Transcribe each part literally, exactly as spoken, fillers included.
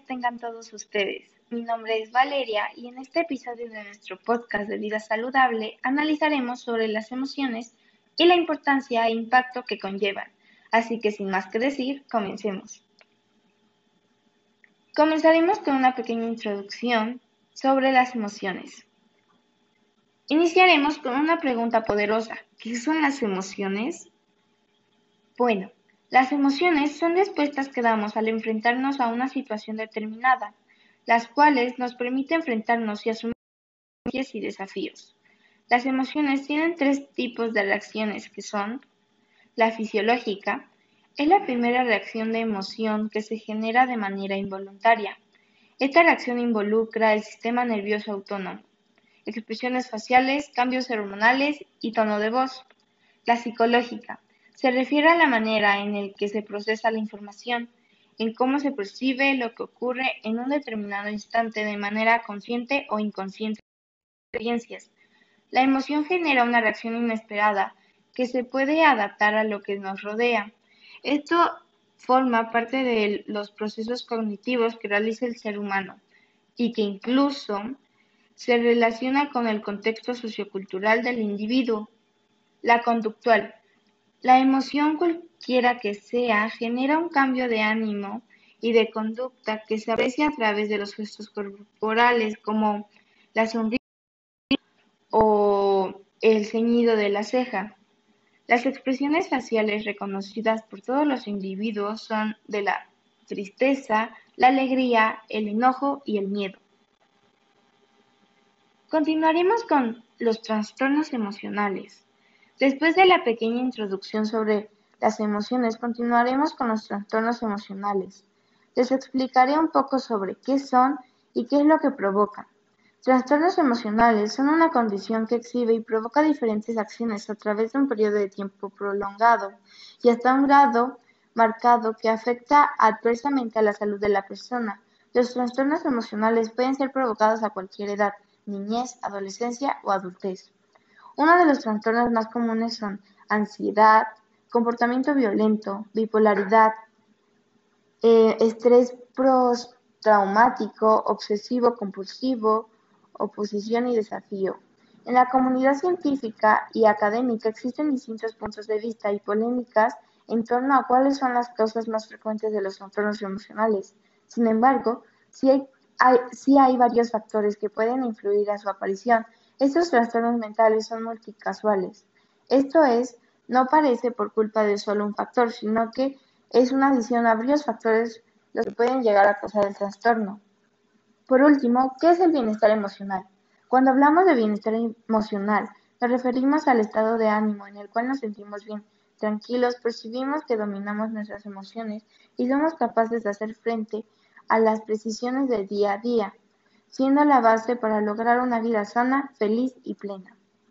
tengan todos ustedes. Mi nombre es Valeria y en este episodio de nuestro podcast de vida saludable analizaremos sobre las emociones y la importancia e impacto que conllevan. Así que sin más que decir, comencemos. Comenzaremos con una pequeña introducción sobre las emociones. Iniciaremos con una pregunta poderosa. ¿Qué son las emociones? Bueno, las emociones son respuestas que damos al enfrentarnos a una situación determinada, las cuales nos permiten enfrentarnos y asumir challenges y desafíos. Las emociones tienen tres tipos de reacciones que son: la fisiológica, es la primera reacción de emoción que se genera de manera involuntaria. Esta reacción involucra el sistema nervioso autónomo, expresiones faciales, cambios hormonales y tono de voz. La psicológica se refiere a la manera en la que se procesa la información, en cómo se percibe lo que ocurre en un determinado instante de manera consciente o inconsciente de experiencias. La emoción genera una reacción inesperada que se puede adaptar a lo que nos rodea. Esto forma parte de los procesos cognitivos que realiza el ser humano y que incluso se relaciona con el contexto sociocultural del individuo. La conductual. La emoción, cualquiera que sea, genera un cambio de ánimo y de conducta que se aprecia a través de los gestos corporales, como la sonrisa o el ceñido de la ceja. Las expresiones faciales reconocidas por todos los individuos son de la tristeza, la alegría, el enojo y el miedo. Continuaremos con los trastornos emocionales. Después de la pequeña introducción sobre las emociones, continuaremos con los trastornos emocionales. Les explicaré un poco sobre qué son y qué es lo que provocan. Trastornos emocionales son una condición que exhibe y provoca diferentes acciones a través de un periodo de tiempo prolongado y hasta un grado marcado que afecta adversamente a la salud de la persona. Los trastornos emocionales pueden ser provocados a cualquier edad, niñez, adolescencia o adultez. Uno de los trastornos más comunes son ansiedad, comportamiento violento, bipolaridad, eh, estrés postraumático, obsesivo-compulsivo, oposición y desafío. En la comunidad científica y académica existen distintos puntos de vista y polémicas en torno a cuáles son las causas más frecuentes de los trastornos emocionales. Sin embargo, sí hay, hay, sí hay varios factores que pueden influir a su aparición. Estos trastornos mentales son multicasuales. Esto es, no parece por culpa de solo un factor, sino que es una adición a varios factores los que pueden llegar a causar el trastorno. Por último, ¿qué es el bienestar emocional? Cuando hablamos de bienestar emocional, nos referimos al estado de ánimo en el cual nos sentimos bien, tranquilos, percibimos que dominamos nuestras emociones y somos capaces de hacer frente a las precisiones del día a día, siendo la base para lograr una vida sana, feliz y plena.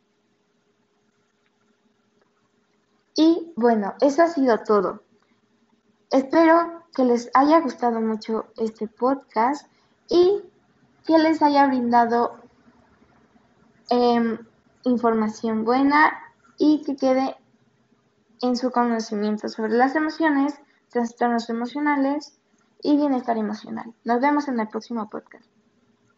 Y bueno, eso ha sido todo. Espero que les haya gustado mucho este podcast y que les haya brindado eh, información buena y que quede en su conocimiento sobre las emociones, trastornos emocionales y bienestar emocional. Nos vemos en el próximo podcast.